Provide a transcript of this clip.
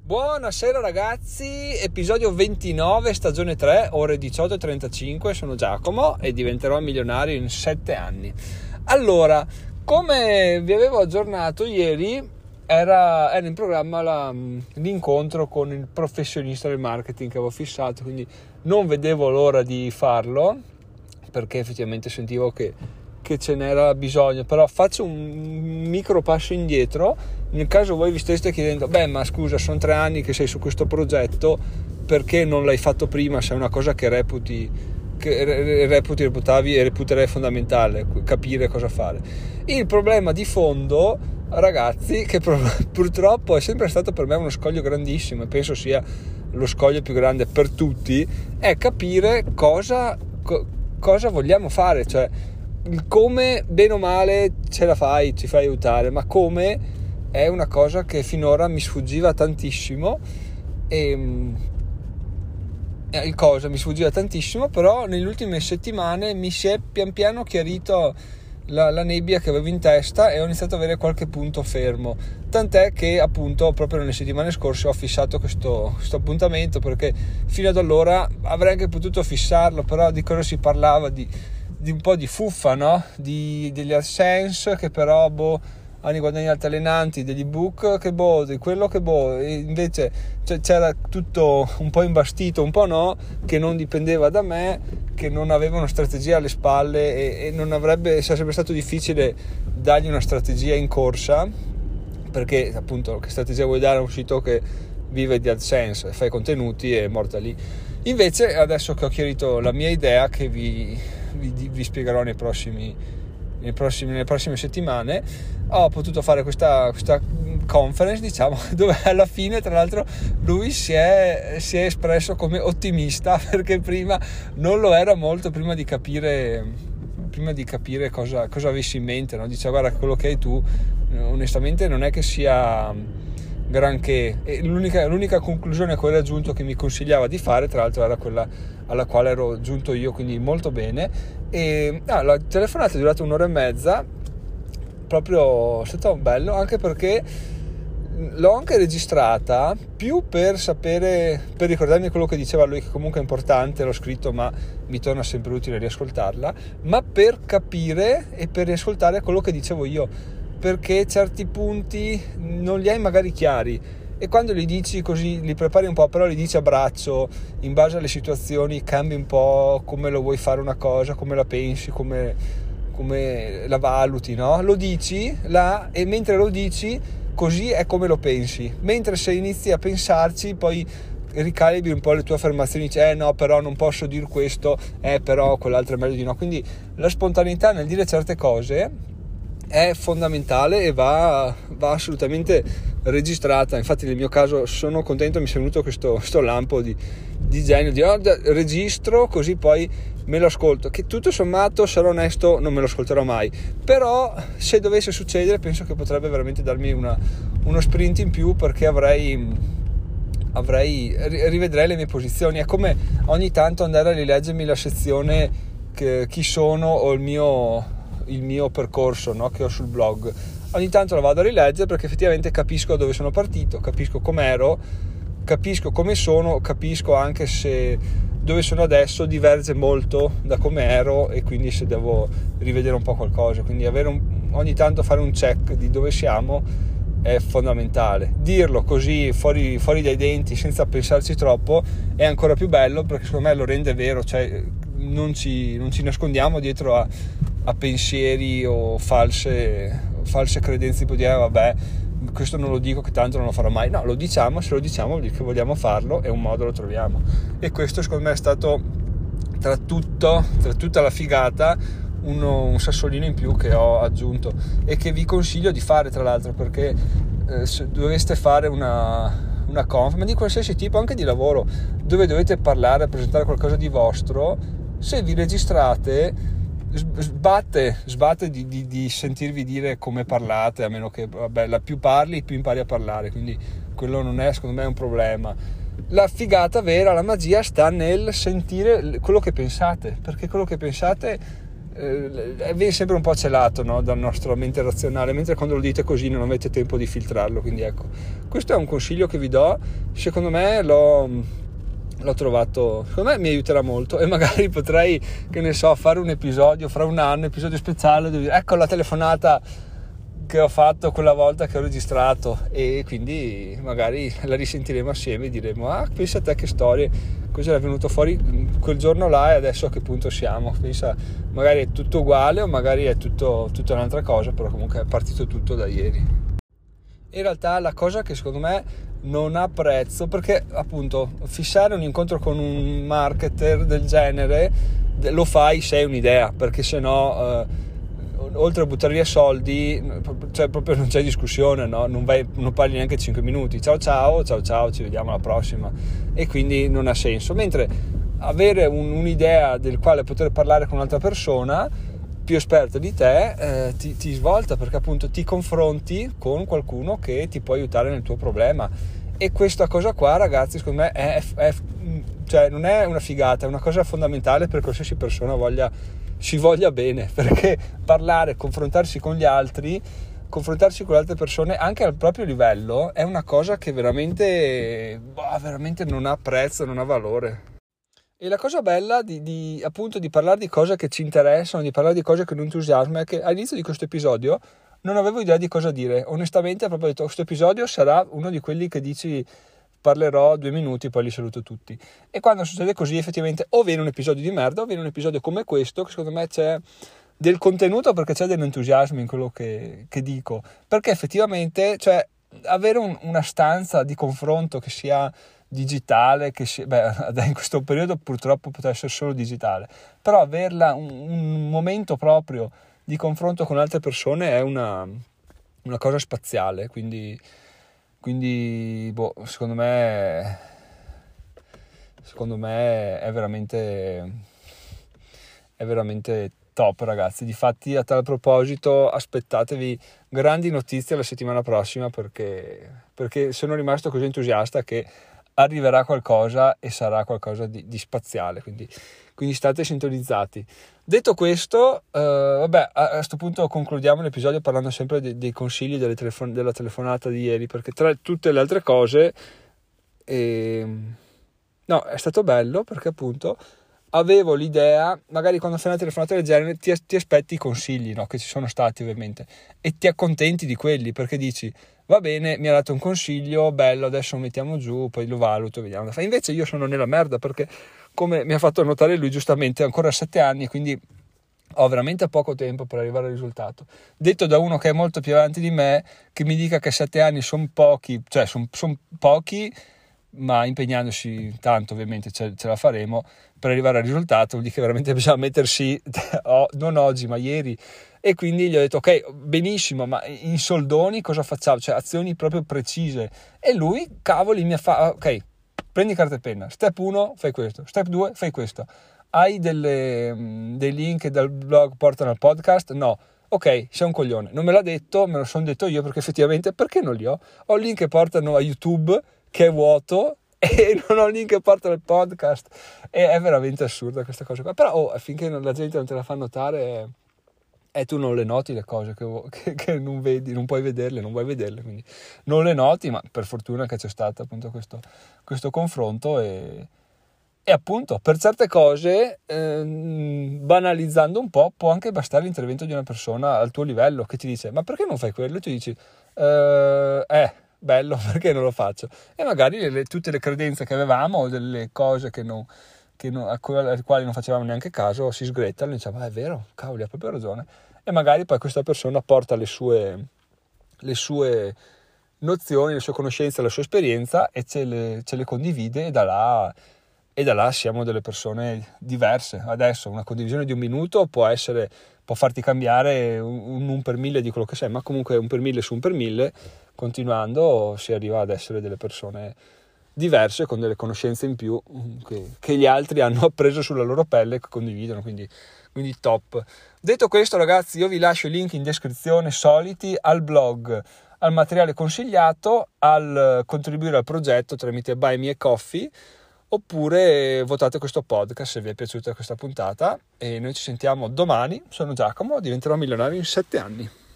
Buonasera ragazzi, episodio 29, stagione 3, ore 18:35, sono Giacomo e diventerò milionario in 7 anni. Allora, come vi avevo aggiornato ieri, era in programma l'incontro con il professionista del marketing che avevo fissato, quindi non vedevo l'ora di farlo, perché effettivamente sentivo che ce n'era bisogno. Però faccio un micro passo indietro nel caso voi vi steste chiedendo: ma scusa, sono 3 anni che sei su questo progetto, perché non l'hai fatto prima se è una cosa che reputavi e reputerei fondamentale capire cosa fare. Il problema di fondo, ragazzi, che purtroppo è sempre stato per me uno scoglio grandissimo, e penso sia lo scoglio più grande per tutti, è capire cosa vogliamo fare. Cioè, il come, bene o male, ce la fai, ci fai aiutare, ma come è una cosa che finora mi sfuggiva tantissimo. Il cosa mi sfuggiva tantissimo, però nelle ultime settimane mi si è pian piano chiarito la nebbia che avevo in testa e ho iniziato ad avere qualche punto fermo, tant'è che appunto proprio nelle settimane scorse ho fissato questo appuntamento, perché fino ad allora avrei anche potuto fissarlo, però di cosa si parlava? Di un po' di fuffa, no? Degli AdSense che però hanno i guadagni altalenanti, degli ebook che di quello che e invece c'era tutto un po' imbastito, un po' no, che non dipendeva da me, che non aveva una strategia alle spalle e sarebbe stato difficile dargli una strategia in corsa, perché appunto che strategia vuoi dare a un sito che vive di AdSense, fai contenuti e è morta lì. Invece adesso che ho chiarito la mia idea, che vi spiegherò nelle prossime settimane, ho potuto fare questa conference, diciamo, dove alla fine tra l'altro lui si è espresso come ottimista, perché prima non lo era molto, prima di capire cosa avessi in mente, no? Diceva: guarda, quello che hai tu onestamente non è che sia granché, e l'unica conclusione a cui era giunto, che mi consigliava di fare, tra l'altro era quella alla quale ero giunto io, quindi molto bene. E la telefonata è durata 1 ora e mezza, proprio è stato bello, anche perché l'ho anche registrata più per ricordarmi quello che diceva lui, che comunque è importante, l'ho scritto ma mi torna sempre utile riascoltarla, ma per capire e per riascoltare quello che dicevo io, perché certi punti non li hai magari chiari, e quando li dici così li prepari un po', però li dici a braccio, in base alle situazioni cambi un po' come lo vuoi fare una cosa, come la pensi, come la valuti, no? Lo dici là, e mentre lo dici così è come lo pensi, mentre se inizi a pensarci poi ricalibri un po' le tue affermazioni, dici no, però non posso dire questo, però quell'altro è meglio di no. Quindi la spontaneità nel dire certe cose è fondamentale e va assolutamente registrata. Infatti nel mio caso sono contento, mi è venuto questo lampo di genio, registro, così poi me lo ascolto, che tutto sommato, sarò onesto, non me lo ascolterò mai, però se dovesse succedere penso che potrebbe veramente darmi uno sprint in più, perché rivedrei le mie posizioni. È come ogni tanto andare a rileggermi la sezione chi sono o il mio percorso, no, che ho sul blog. Ogni tanto la vado a rileggere, perché effettivamente capisco dove sono partito, capisco com'ero, capisco come sono, capisco anche se dove sono adesso diverge molto da come ero, e quindi se devo rivedere un po' qualcosa. Quindi ogni tanto fare un check di dove siamo è fondamentale. Dirlo così fuori dai denti, senza pensarci troppo, è ancora più bello, perché secondo me lo rende vero. Cioè non ci nascondiamo dietro a pensieri o false credenze, tipo dire vabbè, questo non lo dico che tanto non lo farò mai. No, lo diciamo, se lo diciamo vuol dire che vogliamo farlo, e un modo lo troviamo. E questo secondo me è stato, tra tutta la figata, un sassolino in più che ho aggiunto, e che vi consiglio di fare, tra l'altro, perché se doveste fare una conf, ma di qualsiasi tipo, anche di lavoro, dove dovete parlare, presentare qualcosa di vostro, se vi registrate sbatte di sentirvi dire come parlate, a meno che più parli più impari a parlare, quindi quello non è, secondo me, un problema. La figata vera, la magia sta nel sentire quello che pensate, perché quello che pensate viene sempre un po' celato, no? Dal nostro mente razionale, mentre quando lo dite così non avete tempo di filtrarlo. Quindi ecco, questo è un consiglio che vi do. Secondo me l'ho trovato, secondo me mi aiuterà molto, e magari potrei, che ne so, fare un episodio fra un anno, episodio speciale dove ecco la telefonata che ho fatto quella volta che ho registrato, e quindi magari la risentiremo assieme e diremo: ah, pensa a te che storie, cosa è venuto fuori quel giorno là e adesso a che punto siamo. Pensa, magari è tutto uguale o magari è tutta un'altra cosa, però comunque è partito tutto da ieri. In realtà la cosa che secondo me non ha prezzo, perché appunto fissare un incontro con un marketer del genere lo fai se hai un'idea, perché sennò oltre a buttare via soldi, cioè proprio non c'è discussione, no? Non parli neanche 5 minuti, ciao, ci vediamo alla prossima, e quindi non ha senso. Mentre avere un'idea del quale poter parlare con un'altra persona più esperta di te ti svolta, perché appunto ti confronti con qualcuno che ti può aiutare nel tuo problema. E questa cosa qua, ragazzi, secondo me cioè non è una figata, è una cosa fondamentale per qualsiasi persona si voglia bene, perché parlare, confrontarsi con gli altri, confrontarsi con le altre persone anche al proprio livello è una cosa che veramente non ha prezzo, non ha valore. E la cosa bella appunto di parlare di cose che ci interessano, di parlare di cose che non entusiasmano, è che all'inizio di questo episodio non avevo idea di cosa dire. Onestamente, proprio detto, questo episodio sarà uno di quelli che dici parlerò 2 minuti, poi li saluto tutti. E quando succede così, effettivamente, o viene un episodio di merda, o viene un episodio come questo, che secondo me c'è del contenuto, perché c'è dell'entusiasmo in quello che dico. Perché effettivamente, cioè, avere una stanza di confronto che sia digitale, in questo periodo purtroppo potrà essere solo digitale, però averla un momento proprio di confronto con altre persone è una cosa spaziale, quindi secondo me è veramente top, ragazzi. Difatti, a tal proposito, aspettatevi grandi notizie la settimana prossima, perché sono rimasto così entusiasta che arriverà qualcosa e sarà qualcosa di spaziale, quindi state sintonizzati. Detto questo, a questo punto concludiamo l'episodio parlando sempre dei consigli della telefonata di ieri, perché tra tutte le altre cose è stato bello, perché appunto avevo l'idea, magari quando fai una telefonata del genere ti aspetti i consigli, no? Che ci sono stati ovviamente, e ti accontenti di quelli, perché dici va bene, mi ha dato un consiglio, bello, adesso lo mettiamo giù, poi lo valuto, vediamo. Invece io sono nella merda, perché come mi ha fatto notare lui giustamente, ho ancora 7 anni, quindi ho veramente poco tempo per arrivare al risultato. Detto da uno che è molto più avanti di me, che mi dica che 7 anni sono pochi, cioè sono pochi, ma impegnandosi tanto ovviamente ce la faremo per arrivare al risultato. Vuol dire che veramente bisogna mettersi non oggi ma ieri, e quindi gli ho detto ok, benissimo, ma in soldoni cosa facciamo, cioè azioni proprio precise. E lui cavoli mi ha fatto ok, prendi carta e penna, step 1 fai questo, step 2 fai questo, hai dei link dal blog portano al podcast? No. Ok, sei un coglione, non me l'ha detto, me lo sono detto io, perché effettivamente perché non li ho link che portano a YouTube che è vuoto, e non ho link che portano al podcast, e è veramente assurda questa cosa qua. Però finché la gente non te la fa notare, e tu non le noti le cose che non vedi, non puoi vederle, non vuoi vederle, quindi non le noti. Ma per fortuna che c'è stato appunto questo confronto, e appunto per certe cose, banalizzando un po', può anche bastare l'intervento di una persona al tuo livello che ti dice ma perché non fai quello? E tu dici bello, perché non lo faccio? E magari tutte le credenze che avevamo, o delle cose alle quali non facevamo neanche caso, si sgrettano e diciamo è vero, cavoli, ha proprio ragione. E magari poi questa persona porta le sue nozioni, le sue conoscenze, la sua esperienza, e ce le condivide, e da là siamo delle persone diverse. Adesso una condivisione di 1 minuto può farti cambiare un per 1000 di quello che sei, ma comunque 1 per 1000 su 1 per 1000, continuando si arriva ad essere delle persone diverse, con delle conoscenze in più che gli altri hanno appreso sulla loro pelle e che condividono, quindi top. Detto questo, ragazzi, io vi lascio i link in descrizione soliti al blog, al materiale consigliato, al contribuire al progetto tramite Buy Me a Coffee, oppure votate questo podcast se vi è piaciuta questa puntata, e noi ci sentiamo domani. Sono Giacomo, diventerò milionario in 7 anni.